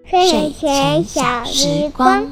睡前小时光。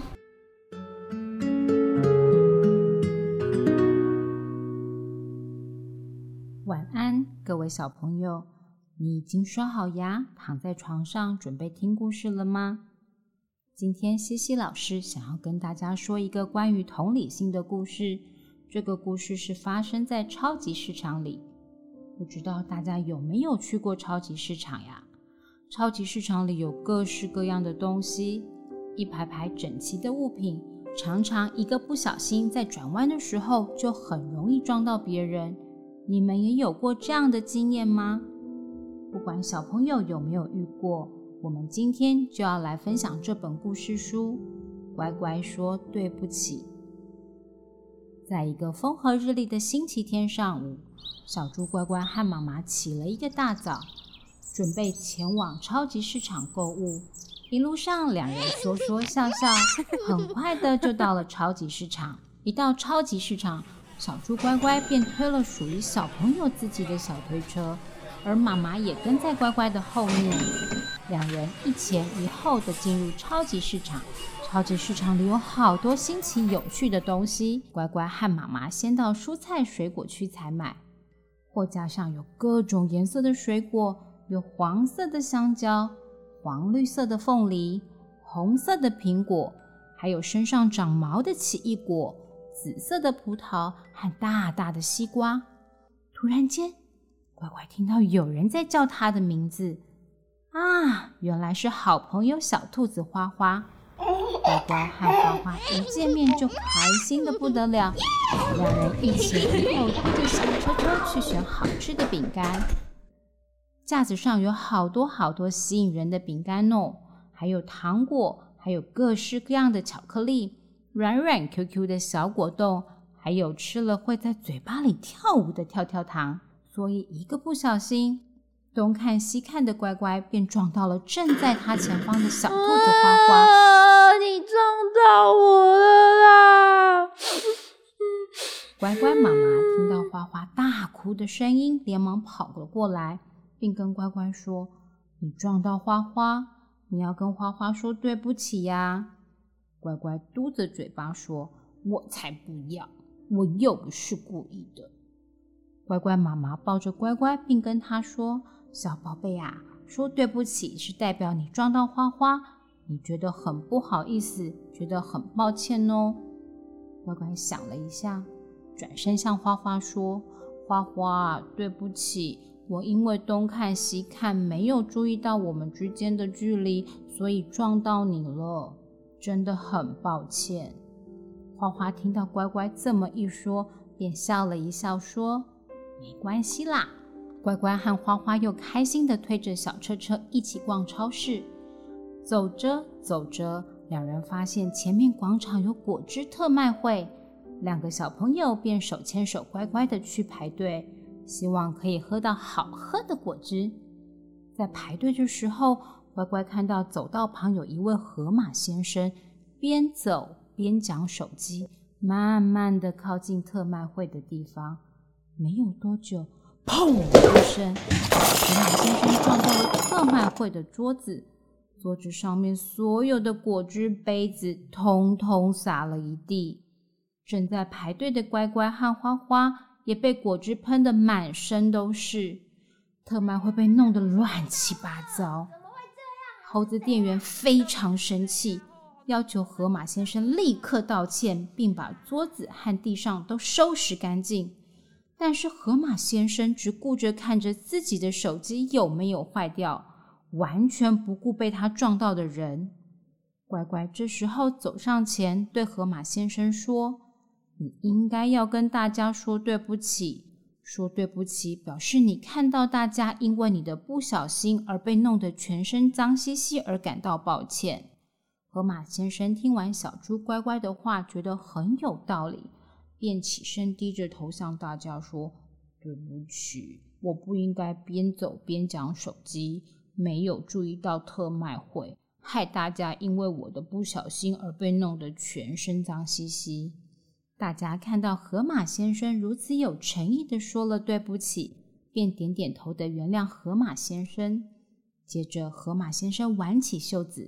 晚安，各位小朋友，你已经刷好牙，躺在床上准备听故事了吗？今天西西老师想要跟大家说一个关于同理心的故事。这个故事是发生在超级市场里。不知道大家有没有去过超级市场呀？超级市场里有各式各样的东西，一排排整齐的物品，常常一个不小心在转弯的时候就很容易撞到别人。你们也有过这样的经验吗？不管小朋友有没有遇过，我们今天就要来分享这本故事书《乖乖说对不起》。在一个风和日丽的星期天上午，小猪乖乖和妈妈起了一个大早，准备前往超级市场购物。一路上两人说说笑笑，很快的就到了超级市场。一到超级市场，小猪乖乖便推了属于小朋友自己的小推车，而妈妈也跟在乖乖的后面。两人一前一后的进入超级市场。超级市场里有好多新奇有趣的东西，乖乖和妈妈先到蔬菜水果区采买。货架上有各种颜色的水果，有黄色的香蕉、黄绿色的凤梨、红色的苹果，还有身上长毛的奇异果、紫色的葡萄和大大的西瓜。突然间，乖乖听到有人在叫他的名字啊，原来是好朋友小兔子花花。乖乖和花花一见面就开心的不得了，两人一前一后推着小车车去选好吃的饼干。架子上有好多好多吸引人的饼干哦，还有糖果，还有各式各样的巧克力，软软 Q Q 的小果冻，还有吃了会在嘴巴里跳舞的跳跳糖。所以一个不小心，东看西看的乖乖便撞到了正在他前方的小兔子花花。 你撞到我了啦！ 乖乖妈妈听到花花大哭的声音，连忙跑了过来，并跟乖乖说：你撞到花花，你要跟花花说对不起呀。乖乖嘟着嘴巴说：我才不要，我又不是故意的。乖乖妈妈抱着乖乖，并跟他说：小宝贝啊，说对不起是代表你撞到花花，你觉得很不好意思，觉得很抱歉哦。乖乖想了一下，转身向花花说：花花，对不起，我因为东看西看，没有注意到我们之间的距离，所以撞到你了，真的很抱歉。花花听到乖乖这么一说，便笑了一笑说：没关系啦。乖乖和花花又开心地推着小车车一起逛超市。走着走着，两人发现前面广场有果汁特卖会，两个小朋友便手牵手乖乖地去排队，希望可以喝到好喝的果汁。在排队的时候，乖乖看到走道旁有一位河马先生，边走边讲手机，慢慢地靠近特卖会的地方。没有多久，砰一声，河马先生撞到了特卖会的桌子，桌子上面所有的果汁杯子通通洒了一地。正在排队的乖乖和花花也被果汁喷得满身都是，特卖会被弄得乱七八糟。猴子店员非常生气，要求河马先生立刻道歉，并把桌子和地上都收拾干净。但是河马先生只顾着看着自己的手机有没有坏掉，完全不顾被他撞到的人。乖乖这时候走上前对河马先生说：你应该要跟大家说对不起，说对不起表示你看到大家因为你的不小心而被弄得全身脏兮兮而感到抱歉。河马先生听完小猪乖乖的话，觉得很有道理，便起身低着头向大家说：对不起，我不应该边走边讲手机，没有注意到特卖会，害大家因为我的不小心而被弄得全身脏兮兮。大家看到河马先生如此有诚意地说了对不起，便点点头的原谅河马先生。接着河马先生挽起袖子，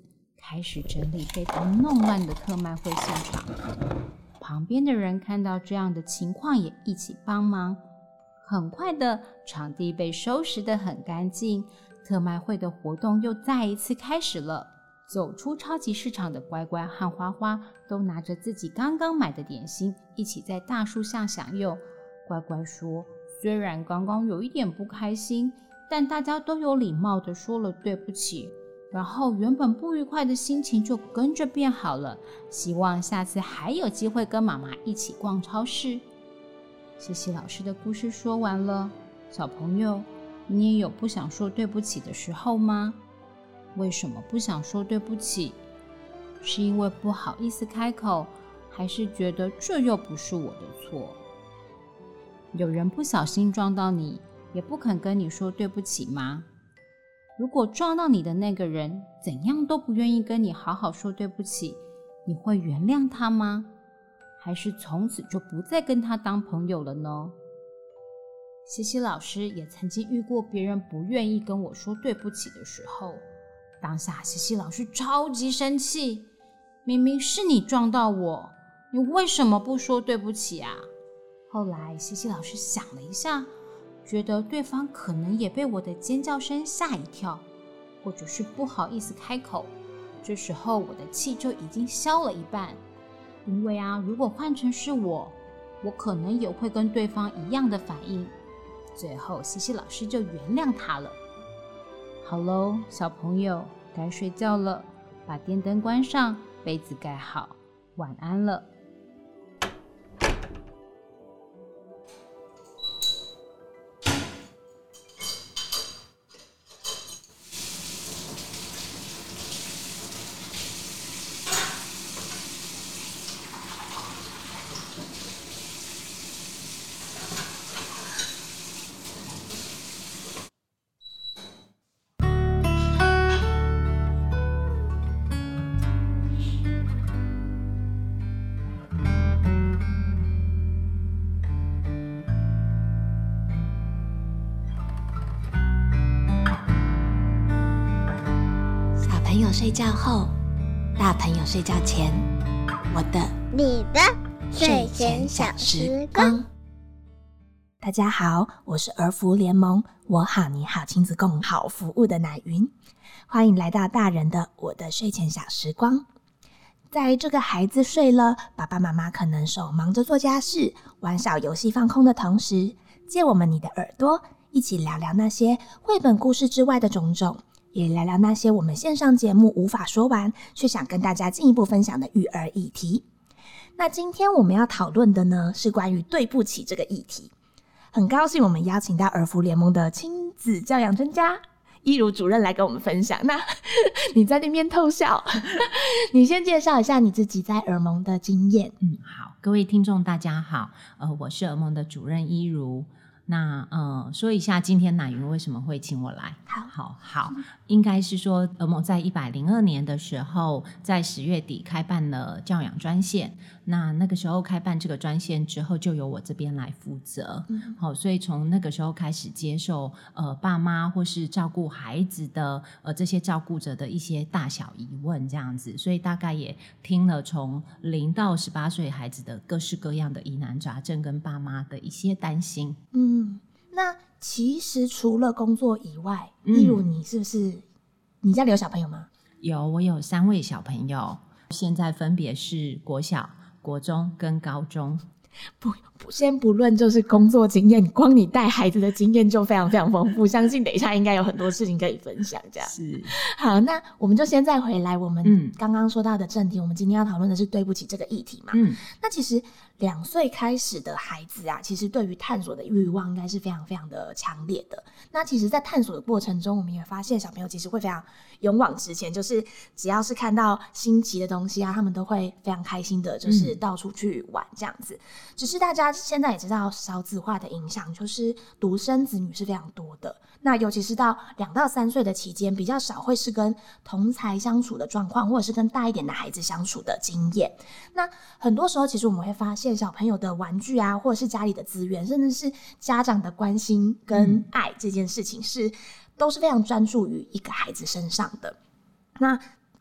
开始整理被他弄乱的特卖会现场。旁边的人看到这样的情况，也一起帮忙。很快的，场地被收拾得很干净，特卖会的活动又再一次开始了。走出超级市场的乖乖和花花都拿着自己刚刚买的点心，一起在大树下享用。乖乖说，虽然刚刚有一点不开心，但大家都有礼貌地说了对不起，然后原本不愉快的心情就跟着变好了。希望下次还有机会跟妈妈一起逛超市。谢谢老师的故事说完了，小朋友，你也有不想说对不起的时候吗？为什么不想说对不起？是因为不好意思开口，还是觉得这又不是我的错？有人不小心撞到你，也不肯跟你说对不起吗？如果撞到你的那个人怎样都不愿意跟你好好说对不起，你会原谅他吗？还是从此就不再跟他当朋友了呢？西西老师也曾经遇过别人不愿意跟我说对不起的时候，当下西西老师超级生气，明明是你撞到我，你为什么不说对不起啊？后来西西老师想了一下，觉得对方可能也被我的尖叫声吓一跳，或者是不好意思开口，这时候我的气就已经消了一半。因为如果换成是我可能也会跟对方一样的反应。最后西西老师就原谅他了。好咯，小朋友，该睡觉了，把电灯关上，被子盖好，晚安了。 小朋友睡觉后，大朋友睡觉前，我的、 你的睡前小时光。 大家好，我是儿福联盟我好你好亲子共好服务的乃云，欢迎来到大人的我的睡前小时光。在这个孩子睡了，爸爸妈妈可能手忙着做家事、玩小游戏放空的同时，借我们你的耳朵，一起聊聊那些绘本故事之外的种种，也聊聊那些我们线上节目无法说完，却想跟大家进一步分享的育儿议题。那今天我们要讨论的呢，是关于对不起这个议题。很高兴我们邀请到儿福联盟的亲子教养专家依如主任来跟我们分享。那你在那边偷笑你先介绍一下你自己在儿盟的经验。 好，各位听众大家好，我是儿盟的主任依如。那说一下今天乃云为什么会请我来。好，应该是说儿盟在102年的时候，在10月底开办了教养专线。那个时候开办这个专线之后，就由我这边来负责。所以从那个时候开始接受爸妈或是照顾孩子的这些照顾者的一些大小疑问这样子，所以大概也听了从0到18岁孩子的各式各样的疑难杂症跟爸妈的一些担心。 那其实除了工作以外，例如你是不是你家里有小朋友吗？ 我有3位小朋友，现在分别是国小、国中跟高中。 先不论就是工作经验，光你带孩子的经验就非常非常丰富，相信等一下应该有很多事情可以分享。这样是好，那我们就先再回来我们刚刚说到的正题。我们今天要讨论的是对不起这个议题嘛。那其实2岁开始的孩子啊，其实对于探索的欲望应该是非常非常的强烈的。那其实在探索的过程中，我们也发现小朋友其实会非常勇往直前，就是只要是看到新奇的东西啊，他们都会非常开心的就是到处去玩这样子。只是大家现在也知道少子化的影响，就是独生子女是非常多的。那尤其是到2到3岁的期间，比较少会是跟同侪相处的状况，或者是跟大一点的孩子相处的经验。那很多时候其实我们会发现小朋友的玩具啊，或者是家里的资源，甚至是家长的关心跟爱这件事情都是非常专注于一个孩子身上的。那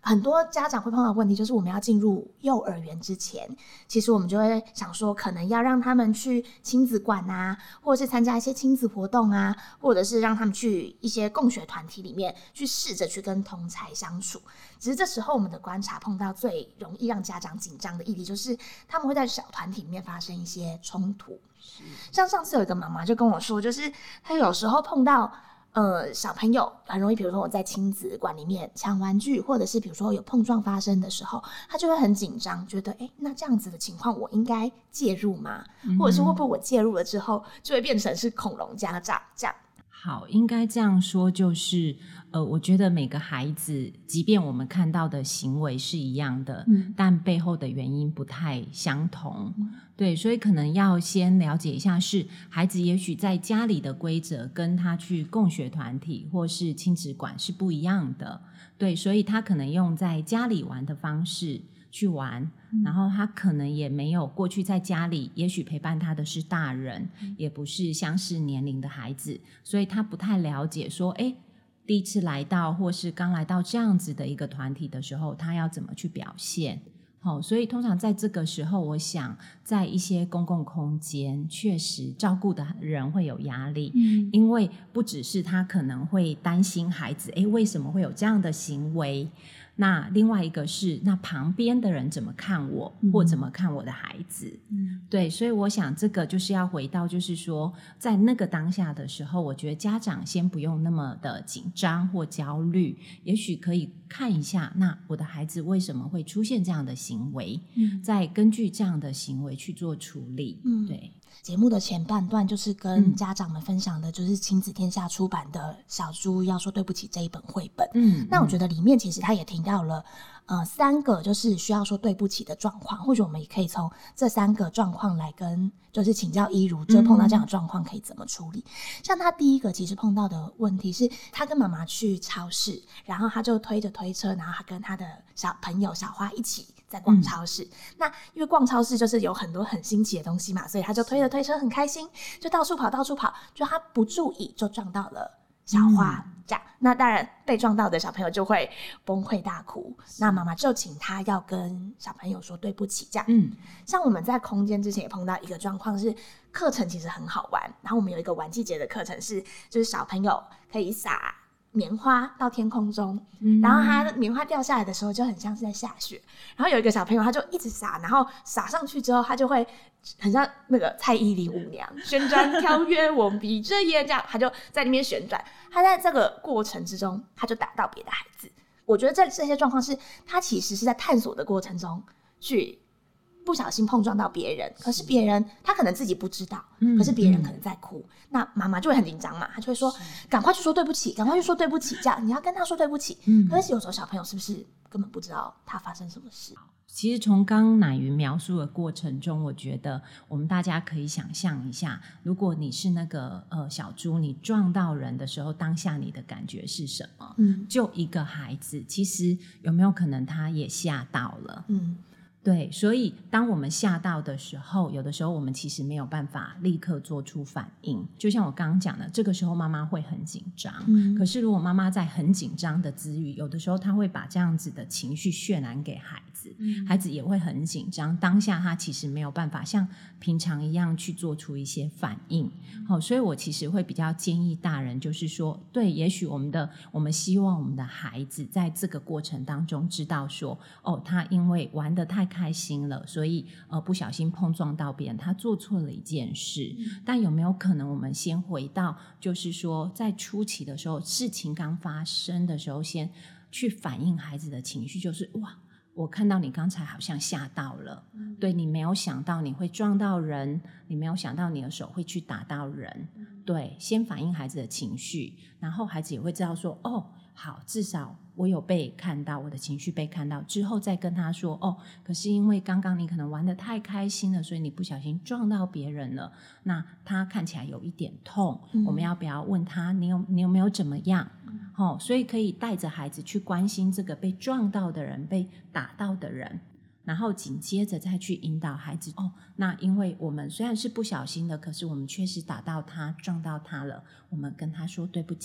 很多家长会碰到的问题，就是我们要进入幼儿园之前，其实我们就会想说，可能要让他们去亲子馆啊，或者是参加一些亲子活动啊，或者是让他们去一些共学团体里面去试着去跟同侪相处。只是这时候我们的观察碰到最容易让家长紧张的议题，就是他们会在小团体里面发生一些冲突。像上次有一个妈妈就跟我说，就是她有时候碰到小朋友很容易，比如说我在亲子馆里面抢玩具，或者是比如说有碰撞发生的时候，他就会很紧张，觉得那这样子的情况我应该介入吗？或者是会不会我介入了之后就会变成是恐龙家长这样？ 好，应该这样说，就是我觉得每个孩子，即便我们看到的行为是一样的，但背后的原因不太相同。对，所以可能要先了解一下，是孩子也许在家里的规则跟他去共学团体或是亲子馆是不一样的。对，所以他可能用在家里玩的方式去玩，然后他可能也没有过去在家里，也许陪伴他的是大人，也不是相似年龄的孩子，所以他不太了解说第一次来到或是刚来到这样子的一个团体的时候，他要怎么去表现。所以通常在这个时候，我想在一些公共空间确实照顾的人会有压力，因为不只是他可能会担心孩子为什么会有这样的行为，那另外一个是那旁边的人怎么看我，或怎么看我的孩子。对，所以我想这个就是要回到，就是说在那个当下的时候，我觉得家长先不用那么的紧张或焦虑，也许可以看一下，那我的孩子为什么会出现这样的行为，再根据这样的行为去做处理。对， 节目的前半段就是跟家长们分享的，就是亲子天下出版的《小猪要说对不起》这一本绘本。那我觉得里面其实他也提到了3个就是需要说对不起的状况，或者我们也可以从这3个状况来跟就是请教一如，就碰到这样的状况可以怎么处理。像他第一个其实碰到的问题是，他跟妈妈去超市，然后他就推着推车，然后他跟他的小朋友小花一起在逛超市。那因为逛超市就是有很多很新奇的东西嘛，所以他就推着推车很开心，就到处跑到处跑，就他不注意就撞到了小花，这样，那当然被撞到的小朋友就会崩溃大哭，那妈妈就请他要跟小朋友说对不起，这样。像我们在空间之前也碰到一个状况是，课程其实很好玩，然后我们有一个玩季节的课程是，就是小朋友可以撒棉花到天空中，然后他棉花掉下来的时候就很像是在下雪，然后有一个小朋友他就一直撒，然后撒上去之后他就会很像那个蔡依林舞娘旋转跳跃我闭着眼，这样他就在那边旋转，他在这个过程之中他就打到别的孩子。我觉得这些状况是他其实是在探索的过程中去不小心碰撞到别人，可是别人他可能自己不知道，可是别人可能在哭，那妈妈就会很紧张嘛，他就会说赶快去说对不起，赶快去说对不起，这样你要跟他说对不起。可是有时候小朋友是不是根本不知道他发生什么事？ 其实从刚乃云描述的过程中，我觉得我们大家可以想象一下，如果你是那个小猪，你撞到人的时候，当下你的感觉是什么？就一个孩子，其实有没有可能他也吓到了？对，所以当我们吓到的时候，有的时候我们其实没有办法立刻做出反应，就像我刚刚讲的，这个时候妈妈会很紧张，可是如果妈妈在很紧张的之余，有的时候她会把这样子的情绪渲染给孩子，孩子也会很紧张，当下他其实没有办法像平常一样去做出一些反应。所以我其实会比较建议大人，就是说对，也许我们希望我们的孩子在这个过程当中知道说，他因为玩得太开心了，所以不小心碰撞到别人，他做错了一件事。但有没有可能我们先回到，就是说在初期的时候，事情刚发生的时候，先去反映孩子的情绪，就是哇，我看到你刚才好像吓到了，对，你没有想到你会撞到人，你没有想到你的手会去打到人，对，先反映孩子的情绪，然后孩子也会知道说，好，至少我有被看到，我的情绪被看到，之后再跟他说，可是因为刚刚你可能玩得太开心了，所以你不小心撞到别人了，那他看起来有一点痛，我们要不要问他你有没有怎么样？所以可以带着孩子去关心这个被撞到的人，被打到的人，然后紧接着再去引导孩子，那因为我们虽然是不小心的，可是我们确实打到他撞到他了，我们跟他说对不起，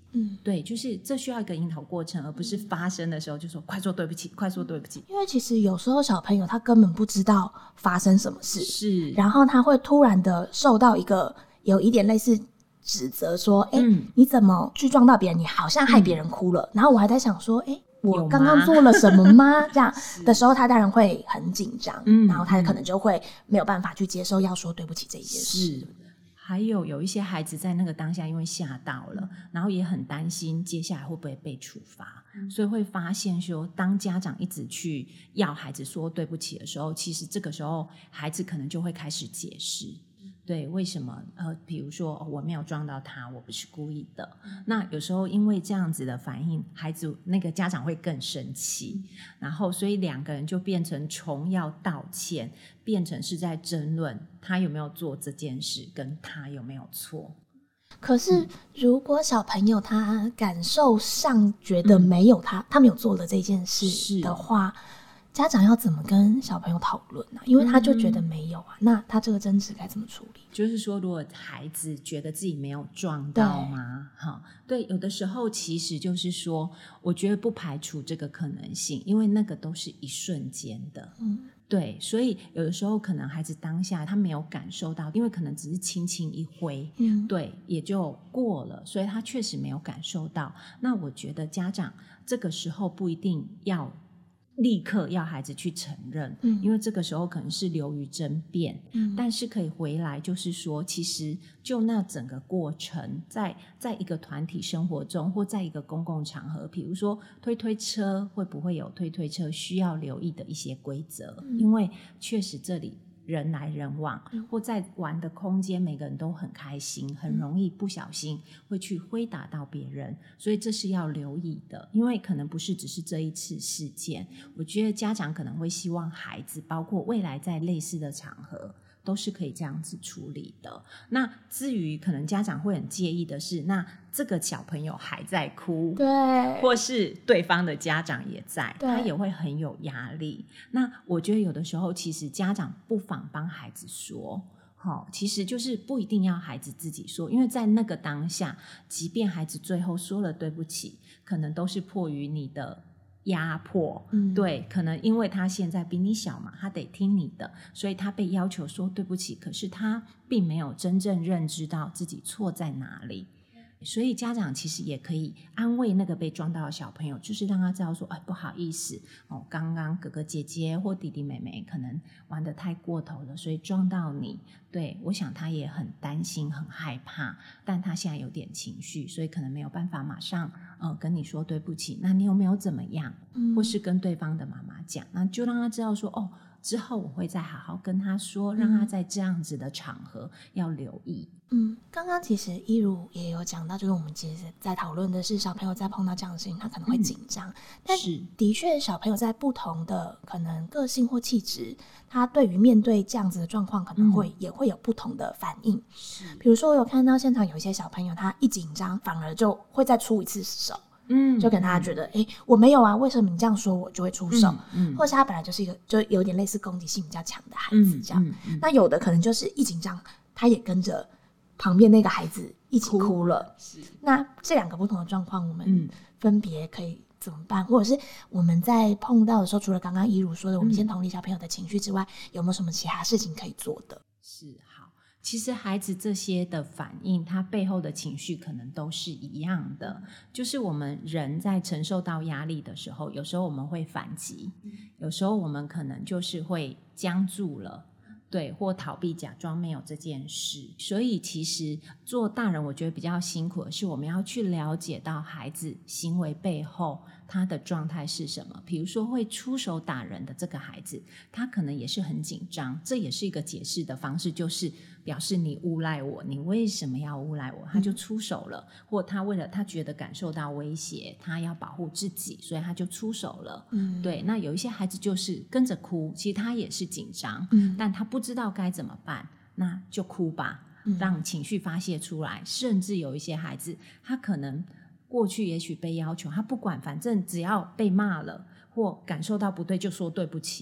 对，就是这需要一个引导过程，而不是发生的时候就说快说对不起，快说对不起。 因为其实有时候小朋友他根本不知道发生什么事， 是， 然后他会突然的受到一个有一点类似指责说你怎么去撞到别人，你好像害别人哭了，然后我还在想说我刚刚做了什么吗？这样的时候他当然会很紧张，然后他可能就会没有办法去接受要说对不起这一件事。 是，还有一些孩子在那个当下因为吓到了，然后也很担心接下来会不会被处罚，所以会发现说当家长一直去要孩子说对不起的时候，其实这个时候孩子可能就会开始解释，对，为什么比如说我没有撞到他，我不是故意的。那有时候因为这样子的反应，孩子那个家长会更生气，然后所以两个人就变成从要道歉变成是在争论他有没有做这件事跟他有没有错。 可是如果小朋友他感受上觉得没有他没有做了这件事的话，家长要怎么跟小朋友讨论呢？因为他就觉得没有啊，那他这个争执该怎么处理？ 就是说如果孩子觉得自己没有撞到吗？对，有的时候其实就是说我觉得不排除这个可能性，因为那个都是一瞬间的。对，所以有的时候可能孩子当下他没有感受到，因为可能只是轻轻一挥，对，也就过了，所以他确实没有感受到。那我觉得家长这个时候不一定要立刻要孩子去承认，因为这个时候可能是流于争辩，但是可以回来就是说其实就那整个过程在一个团体生活中或在一个公共场合，比如说推车会不会有推车需要留意的一些规则，因为确实这里人来人往，或在玩的空间每个人都很开心，很容易不小心会去挥打到别人，所以这是要留意的。因为可能不是只是这一次事件，我觉得家长可能会希望孩子包括未来在类似的场合都是可以这样子处理的。那至于可能家长会很介意的是，那这个小朋友还在哭， 对， 或是对方的家长也在，他也会很有压力。那我觉得有的时候其实家长不妨帮孩子说，其实就是不一定要孩子自己说，因为在那个当下即便孩子最后说了对不起，可能都是迫于你的压迫，对，可能因为他现在比你小嘛，他得听你的，所以他被要求说对不起，可是他并没有真正认知到自己错在哪里。所以家长其实也可以安慰那个被撞到的小朋友，就是让他知道说不好意思刚刚哥哥姐姐或弟弟妹妹可能玩得太过头了，所以撞到你，对，我想他也很担心很害怕，但他现在有点情绪，所以可能没有办法马上跟你说对不起，那你有没有怎么样，或是跟对方的妈妈讲，那就让他知道说之后我会再好好跟他说，让他在这样子的场合要留意。 刚刚其实一如也有讲到，就是我们其实在讨论的是小朋友在碰到这样的事情他可能会紧张，但的确小朋友在不同的可能个性或气质，他对于面对这样子的状况可能也会有不同的反应。比如说我有看到现场有一些小朋友他一紧张反而就会再出一次手，就跟他觉得我没有啊，为什么你这样说我就会出手，或者他本来就是一个就有点类似攻击性比较强的孩子这样，那有的可能就是一紧张他也跟着旁边那个孩子一起哭了，那这两个不同的状况我们分别可以怎么办，或者是我们在碰到的时候，除了刚刚一如说的我们先同理小朋友的情绪之外，有没有什么其他事情可以做的？ 好，其实孩子这些的反应他背后的情绪可能都是一样的，就是我们人在承受到压力的时候，有时候我们会反击，有时候我们可能就是会僵住了，对，或逃避假装没有这件事。所以其实做大人我觉得比较辛苦的是我们要去了解到孩子行为背后他的状态是什么。比如说会出手打人的这个孩子，他可能也是很紧张，这也是一个解释的方式，就是表示你诬赖我，你为什么要诬赖我，他就出手了，或他为了他觉得感受到威胁，他要保护自己，所以他就出手了。对，那有一些孩子就是跟着哭，其实他也是紧张，但他不知道该怎么办，那就哭吧，让情绪发泄出来。甚至有一些孩子他可能过去也许被要求，他不管，反正只要被骂了或感受到不对就说对不起，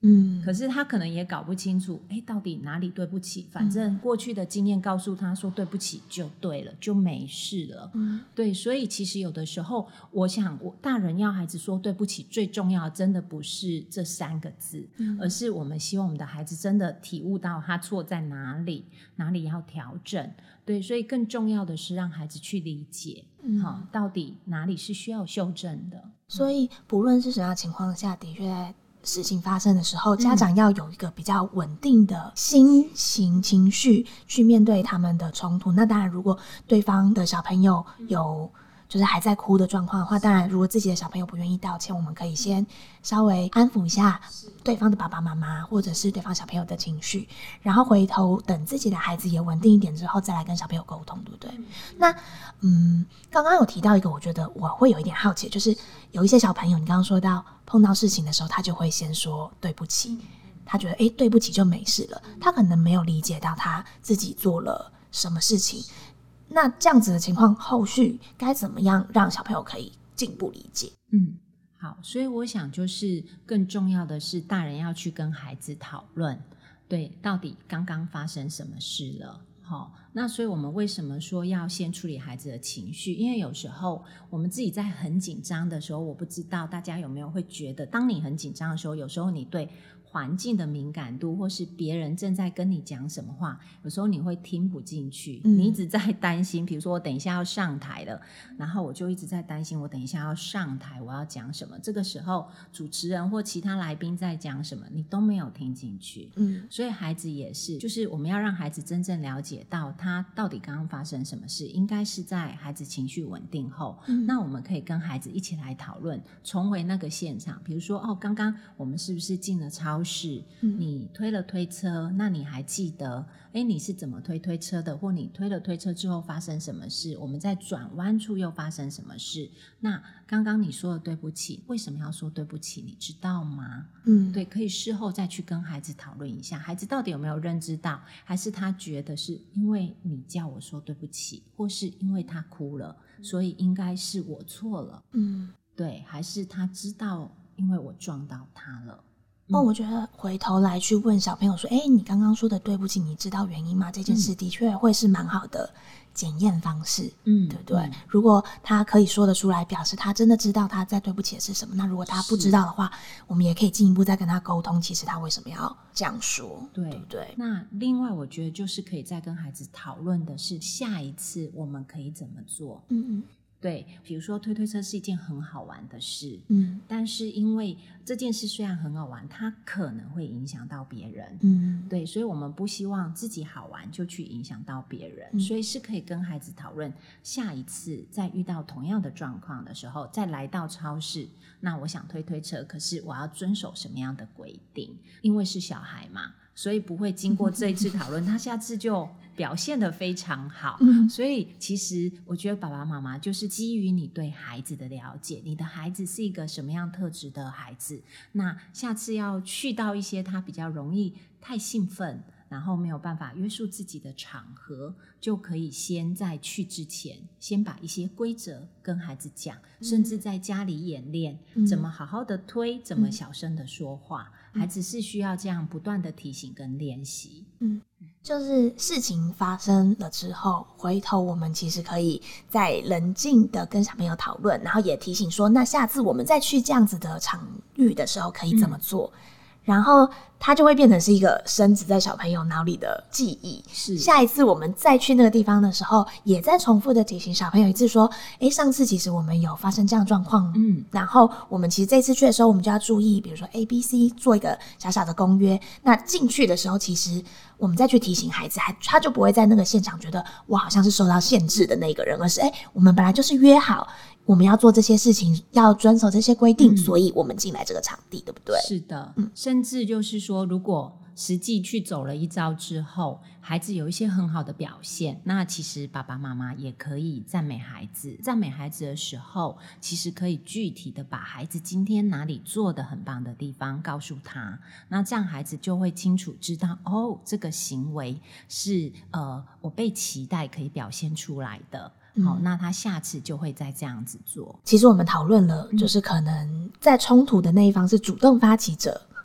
可是他可能也搞不清楚到底哪里对不起，反正过去的经验告诉他说对不起就对了，就没事了。对，所以其实有的时候我想大人要孩子说对不起，最重要的真的不是这3个字，而是我们希望我们的孩子真的体悟到他错在哪里要调整。对，所以更重要的是让孩子去理解到底哪里是需要修正的。 所以不论是什么样的情况下，的确在事情发生的时候，家长要有一个比较稳定的心情情绪去面对他们的冲突。那当然如果对方的小朋友有就是还在哭的状况的话，当然如果自己的小朋友不愿意道歉，我们可以先稍微安抚一下对方的爸爸妈妈或者是对方小朋友的情绪，然后回头等自己的孩子也稳定一点之后再来跟小朋友沟通，对不对？那刚刚有提到一个我觉得我会有一点好奇，就是有一些小朋友你刚刚说到碰到事情的时候他就会先说对不起，他觉得对不起就没事了，他可能没有理解到他自己做了什么事情。那这样子的情况后续该怎么样让小朋友可以进步理解？ 好，所以我想就是更重要的是大人要去跟孩子讨论，对，到底刚刚发生什么事了。那所以我们为什么说要先处理孩子的情绪？因为有时候我们自己在很紧张的时候，我不知道大家有没有会觉得，当你很紧张的时候，有时候你对环境的敏感度或是别人正在跟你讲什么话，有时候你会听不进去，你一直在担心，比如说我等一下要上台了，然后我就一直在担心我等一下要上台我要讲什么，这个时候主持人或其他来宾在讲什么你都没有听进去。所以孩子也是，就是我们要让孩子真正了解到他到底刚刚发生什么事，应该是在孩子情绪稳定后，那我们可以跟孩子一起来讨论，重回那个现场，比如说刚刚我们是不是进了超市，你推了推车，那你还记得你是怎么推推车的，或你推了推车之后发生什么事，我们在转弯处又发生什么事，那刚刚你说的对不起，为什么要说对不起，你知道吗？对，可以事后再去跟孩子讨论一下，孩子到底有没有认知到，还是他觉得是因为你叫我说对不起，或是因为他哭了所以应该是我错了，对，还是他知道因为我撞到他了。 我觉得回头来去问小朋友说你刚刚说的对不起你知道原因吗？这件事的确会是蛮好的检验方式，对不对？如果他可以说得出来，表示他真的知道他在对不起的是什么，那如果他不知道的话，我们也可以进一步再跟他沟通其实他为什么要这样说，对不对？ 那另外我觉得就是可以再跟孩子讨论的是下一次我们可以怎么做。对，比如说推推车是一件很好玩的事，但是因为这件事虽然很好玩，它可能会影响到别人，对，所以我们不希望自己好玩就去影响到别人，所以是可以跟孩子讨论，下一次在遇到同样的状况的时候，再来到超市，那我想推推车，可是我要遵守什么样的规定？因为是小孩嘛，所以不会经过这一次讨论他下次就表现得非常好，所以其实我觉得爸爸妈妈就是基于你对孩子的了解，你的孩子是一个什么样特质的孩子，那下次要去到一些他比较容易太兴奋然后没有办法约束自己的场合，就可以先在去之前先把一些规则跟孩子讲，甚至在家里演练怎么好好的推，怎么小声的说话，孩子是需要这样不断的提醒跟练习。 就是事情发生了之后，回头我们其实可以再冷静的跟小朋友讨论，然后也提醒说，那下次我们再去这样子的场域的时候可以怎么做，然后它就会变成是一个深植在小朋友脑里的记忆，是下一次我们再去那个地方的时候也再重复的提醒小朋友一次说，上次其实我们有发生这样的状况，然后我们其实这次去的时候我们就要注意，比如说 ABC 做一个小小的公约，那进去的时候其实我们再去提醒孩子，他就不会在那个现场觉得我好像是受到限制的那个人，而是我们本来就是约好我们要做这些事情，要遵守这些规定，所以我们进来这个场地，对不对？ 是的，甚至就是说如果实际去走了一遭之后，孩子有一些很好的表现，那其实爸爸妈妈也可以赞美孩子，赞美孩子的时候其实可以具体的把孩子今天哪里做得很棒的地方告诉他，那这样孩子就会清楚知道这个行为是我被期待可以表现出来的，好，那他下次就会再这样子做。 其实我们讨论了，就是可能在冲突的那一方是主动发起者，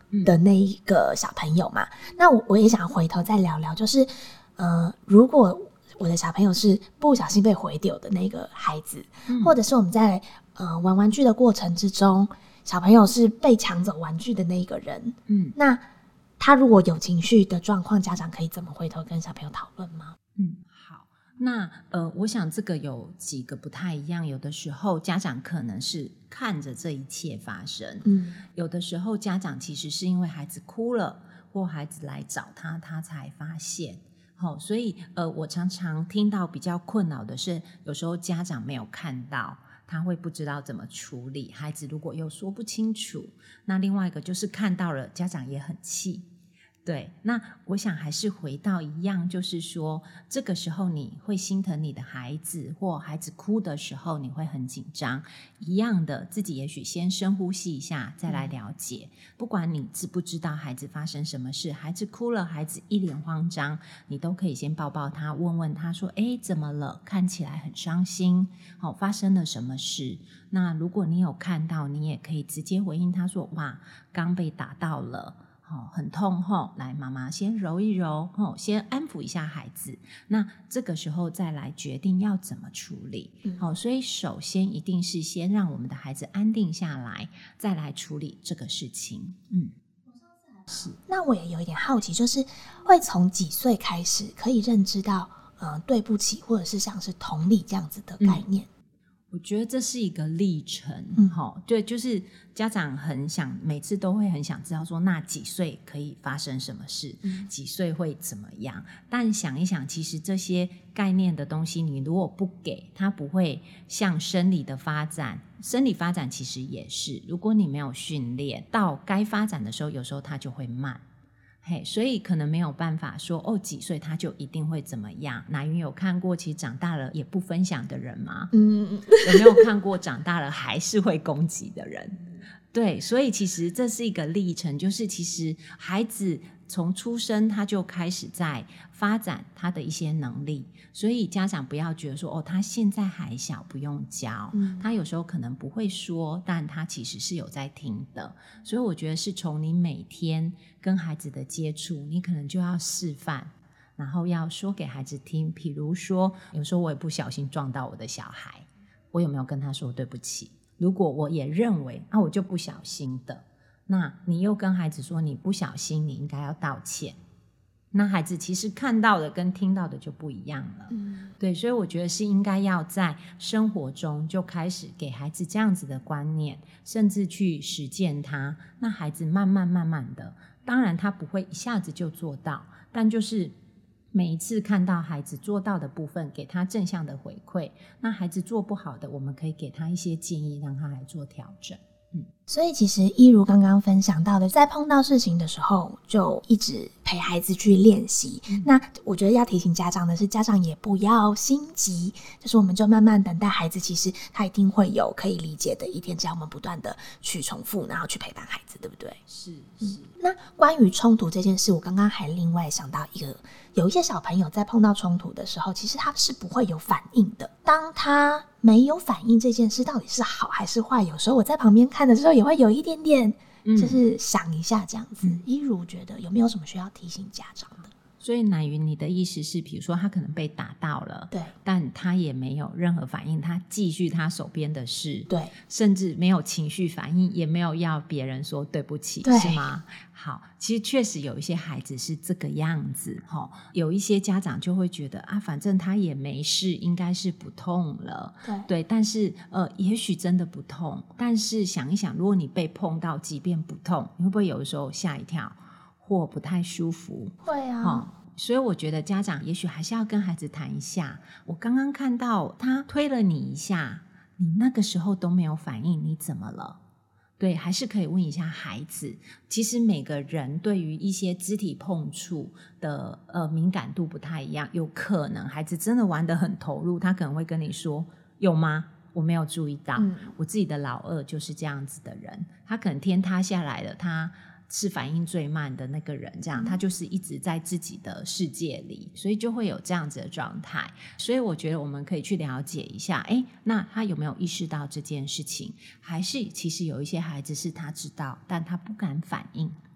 的那一个小朋友嘛。那我也想回头再聊聊，就是如果我的小朋友是不小心被毁丢的那个孩子，或者是我们在玩玩具的过程之中，小朋友是被抢走玩具的那一个人，那他如果有情绪的状况，家长可以怎么回头跟小朋友讨论吗？ 好，那我想这个有几个不太一样，有的时候家长可能是看着这一切发生，有的时候家长其实是因为孩子哭了，或孩子来找他，他才发现。所以我常常听到比较困扰的是，有时候家长没有看到，他会不知道怎么处理，孩子如果又说不清楚，那另外一个就是看到了，家长也很气。对，那我想还是回到一样，就是说这个时候你会心疼你的孩子，或孩子哭的时候你会很紧张，一样的，自己也许先深呼吸一下，再来了解。不管你知不知道孩子发生什么事，孩子哭了，孩子一脸慌张，你都可以先抱抱他，问问他说怎么了，看起来很伤心，发生了什么事。那如果你有看到，你也可以直接回应他说，哇，刚被打到了，很痛，来妈妈先揉一揉，先安抚一下孩子，那这个时候再来决定要怎么处理。所以首先一定是先让我们的孩子安定下来，再来处理这个事情。 是。那我也有一点好奇，就是会从几岁开始可以认知到对不起，或者是像是同理这样子的概念？ 我觉得这是一个历程，对，就是家长很想，每次都会很想知道说，那几岁可以发生什么事，几岁会怎么样？但想一想，其实这些概念的东西，你如果不给，它不会像生理的发展，生理发展其实也是，如果你没有训练，到该发展的时候，有时候它就会慢。所以可能没有办法说几岁他就一定会怎么样。乃云有看过其实长大了也不分享的人吗？有没有看过长大了还是会攻击的人？对，所以其实这是一个历程，就是其实孩子从出生他就开始在发展他的一些能力，所以家长不要觉得说他现在还小不用教，他有时候可能不会说，但他其实是有在听的。所以我觉得是从你每天跟孩子的接触，你可能就要示范，然后要说给孩子听。比如说有时候我也不小心撞到我的小孩，我有没有跟他说对不起？如果我也认为我就不小心的，那你又跟孩子说你不小心，你应该要道歉，那孩子其实看到的跟听到的就不一样了。对，所以我觉得是应该要在生活中就开始给孩子这样子的观念，甚至去实践它，那孩子慢慢的，当然他不会一下子就做到，但就是每一次看到孩子做到的部分，给他正向的回馈，那孩子做不好的，我们可以给他一些建议，让他来做调整。 所以其实一如刚刚分享到的，在碰到事情的时候就一直陪孩子去练习。那我觉得要提醒家长的是，家长也不要心急，就是我们就慢慢等待孩子，其实他一定会有可以理解的一天，只要我们不断的去重复，然后去陪伴孩子，对不对？ 是。 那关于冲突这件事，我刚刚还另外想到一个，有一些小朋友在碰到冲突的时候，其实他是不会有反应的。当他没有反应这件事到底是好还是坏，有时候我在旁边看的时候也会有一点点就是想一下这样子。一如觉得有没有什么需要提醒家长的？ 所以乃云，你的意思是比如说他可能被打到了， 对， 但他也没有任何反应，他继续他手边的事， 对， 甚至没有情绪反应，也没有要别人说对不起，是吗？好，其实确实有一些孩子是这个样子，有一些家长就会觉得反正他也没事，应该是不痛了，对，但是也许真的不痛，但是想一想，如果你被碰到即便不痛，你会不会有的时候吓一跳或不太舒服？ 会啊。 所以我觉得家长也许还是要跟孩子谈一下，我刚刚看到他推了你一下，你那个时候都没有反应，你怎么了？对，还是可以问一下孩子。其实每个人对于一些肢体碰触的敏感度不太一样，有可能孩子真的玩得很投入，他可能会跟你说有吗？我没有注意到。我自己的老二就是这样子的人，他可能天塌下来了，他是反应最慢的那个人，这样他就是一直在自己的世界里，所以就会有这样子的状态。所以我觉得我们可以去了解一下，那他有没有意识到这件事情，还是其实有一些孩子是他知道但他不敢反应，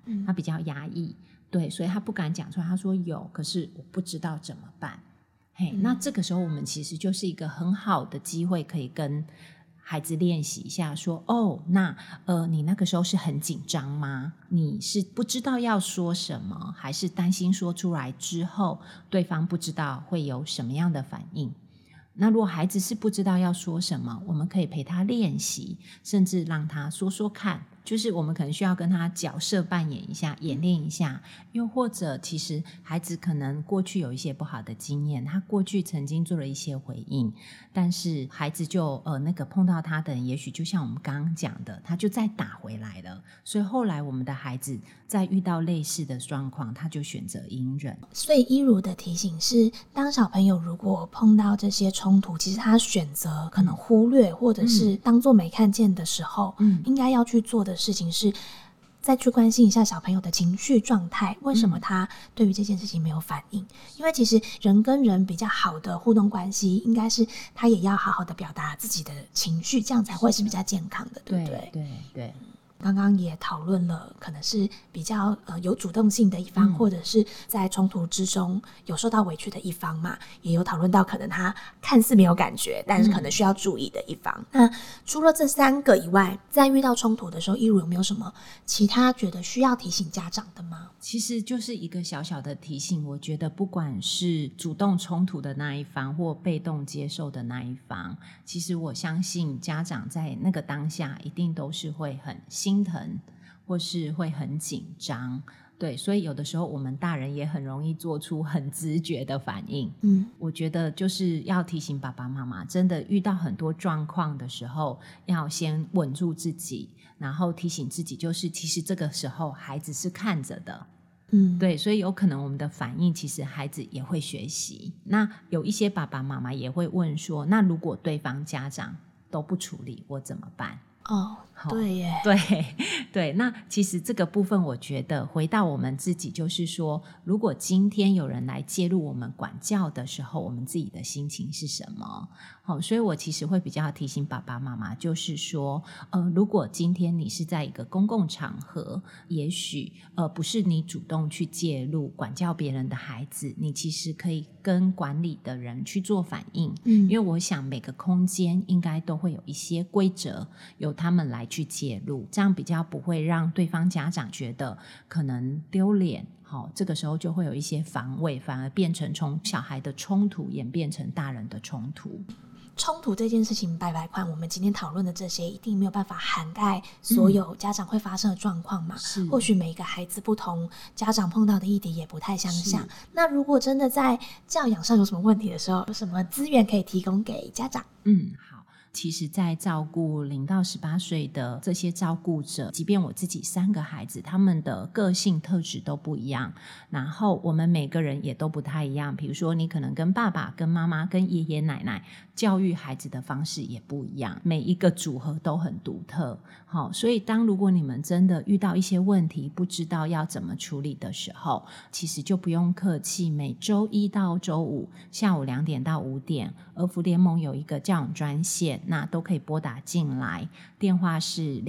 他比较压抑，对，所以他不敢讲出来，他说有，可是我不知道怎么办。那这个时候我们其实就是一个很好的机会，可以跟孩子练习一下说，那你那个时候是很紧张吗？你是不知道要说什么，还是担心说出来之后对方不知道会有什么样的反应？那如果孩子是不知道要说什么，我们可以陪他练习，甚至让他说说看，就是我们可能需要跟他角色扮演一下，演练一下。又或者其实孩子可能过去有一些不好的经验，他过去曾经做了一些回应，但是孩子就那个碰到他的人，也许就像我们刚刚讲的，他就再打回来了。所以后来我们的孩子在遇到类似的状况，他就选择隐忍。 所以依如的提醒是，当小朋友如果碰到这些冲突，其实他选择可能忽略或者是当作没看见的时候，应该要去做的事情是再去关心一下小朋友的情绪状态，为什么他对于这件事情没有反应。因为其实人跟人比较好的互动关系，应该是他也要好好的表达自己的情绪，这样才会是比较健康的，对不对？ 对对。 刚刚也讨论了可能是比较有主动性的一方，或者是在冲突之中有受到委屈的一方嘛，也有讨论到可能他看似没有感觉，但是可能需要注意的一方。那除了这3个以外，在遇到冲突的时候，依如有没有什么其他觉得需要提醒家长的吗？ 其实就是一个小小的提醒，我觉得不管是主动冲突的那一方或被动接受的那一方，其实我相信家长在那个当下一定都是会很心疼，或是会很紧张。对，所以有的时候我们大人也很容易做出很直觉的反应。我觉得就是要提醒爸爸妈妈，真的遇到很多状况的时候，要先稳住自己，然后提醒自己，就是其实这个时候孩子是看着的。对，所以有可能我们的反应其实孩子也会学习。那有一些爸爸妈妈也会问说，那如果对方家长都不处理，我怎么办？ 对耶， 对，那其实这个部分我觉得回到我们自己，就是说如果今天有人来介入我们管教的时候，我们自己的心情是什么？所以我其实会比较提醒爸爸妈妈，就是说如果今天你是在一个公共场合，也许不是你主动去介入管教别人的孩子，你其实可以跟管理的人去做反应。因为我想每个空间应该都会有一些规则，由他们来去介入，这样比较不会让对方家长觉得可能丢脸。这个时候就会有一些防卫，反而变成从小孩的冲突演变成大人的冲突。 冲突这件事情百百款，我们今天讨论的这些一定没有办法涵盖所有家长会发生的状况嘛，或许每个孩子不同，家长碰到的议题也不太相像。那如果真的在教养上有什么问题的时候，有什么资源可以提供给家长？ 好，其实在照顾0到18岁的这些照顾者，即便我自己3个孩子，他们的个性特质都不一样，然后我们每个人也都不太一样。比如说你可能跟爸爸、跟妈妈、跟爷爷奶奶教育孩子的方式也不一样，每一个组合都很独特。所以如果你们真的遇到一些问题，不知道要怎么处理的时候，其实就不用客气，每周1到周5下午2点到5点，儿福联盟有一个教养专线，那都可以拨打进来，电话是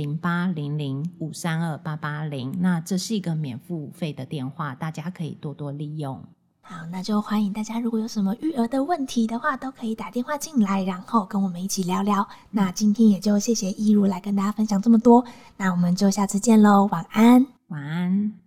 0800532880，那这是一个免付费的电话，大家可以多多利用。 好，那就欢迎大家如果有什么育儿的问题的话，都可以打电话进来，然后跟我们一起聊聊。那今天也就谢谢依如来跟大家分享这么多，那我们就下次见咯，晚安。 晚安。